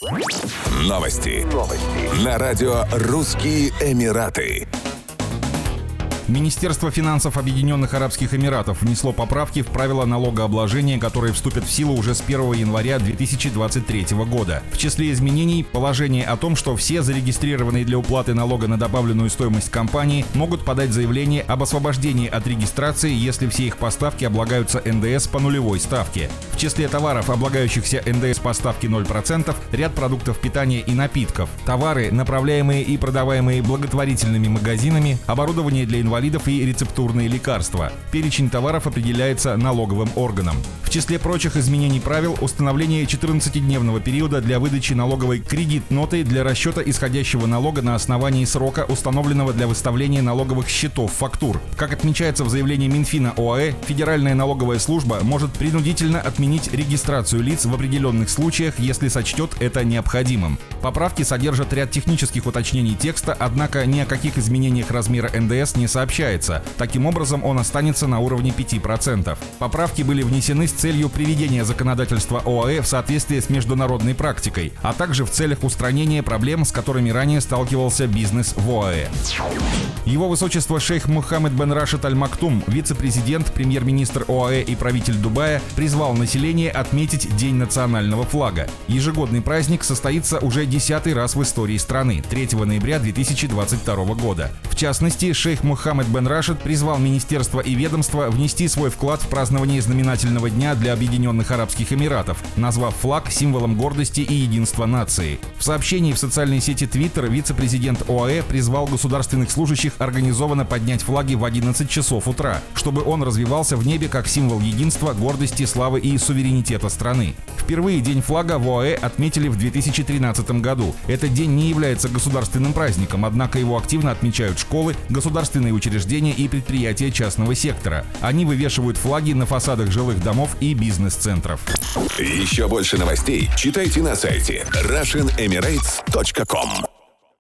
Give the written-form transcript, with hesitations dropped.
Новости. На радио «Русские Эмираты». Министерство финансов Объединенных Арабских Эмиратов внесло поправки в правила налогообложения, которые вступят в силу уже с 1 января 2023 года. В числе изменений – положение о том, что все зарегистрированные для уплаты налога на добавленную стоимость компании могут подать заявление об освобождении от регистрации, если все их поставки облагаются НДС по нулевой ставке. В числе товаров, облагающихся НДС по ставке 0%, ряд продуктов питания и напитков, товары, направляемые и продаваемые благотворительными магазинами, оборудование для инвалидов и рецептурные лекарства. Перечень товаров определяется налоговым органом. В числе прочих изменений правил – установление 14-дневного периода для выдачи налоговой кредит-ноты для расчета исходящего налога на основании срока, установленного для выставления налоговых счетов фактур. Как отмечается в заявлении Минфина ОАЭ, Федеральная налоговая служба может принудительно отменить регистрацию лиц в определенных случаях, если сочтет это необходимым. Поправки содержат ряд технических уточнений текста, однако ни о каких изменениях размера НДС не сообщается. Таким образом, он останется на уровне 5%. Поправки были внесены с целью приведения законодательства ОАЭ в соответствие с международной практикой, а также в целях устранения проблем, с которыми ранее сталкивался бизнес в ОАЭ. Его высочество шейх Мухаммед бен Рашид Аль Мактум, вице-президент, премьер-министр ОАЭ и правитель Дубая, призвал население отметить День национального флага. Ежегодный праздник состоится уже 10-й раз в истории страны, 3 ноября 2022 года. В частности, шейх Мухаммед бен Рашид призвал министерство и ведомства внести свой вклад в празднование знаменательного дня для Объединенных Арабских Эмиратов, назвав флаг символом гордости и единства нации. В сообщении в социальной сети Twitter вице-президент ОАЭ призвал государственных служащих организованно поднять флаги в 11 часов утра, чтобы он развивался в небе как символ единства, гордости, славы и суверенитета страны. Впервые День флага в ОАЭ отметили в 2013 году. Этот день не является государственным праздником, однако его активно отмечают школы, государственные учреждения и предприятия частного сектора. Они вывешивают флаги на фасадах жилых домов и бизнес-центров. Еще больше новостей читайте на сайте RussianEmirates.com.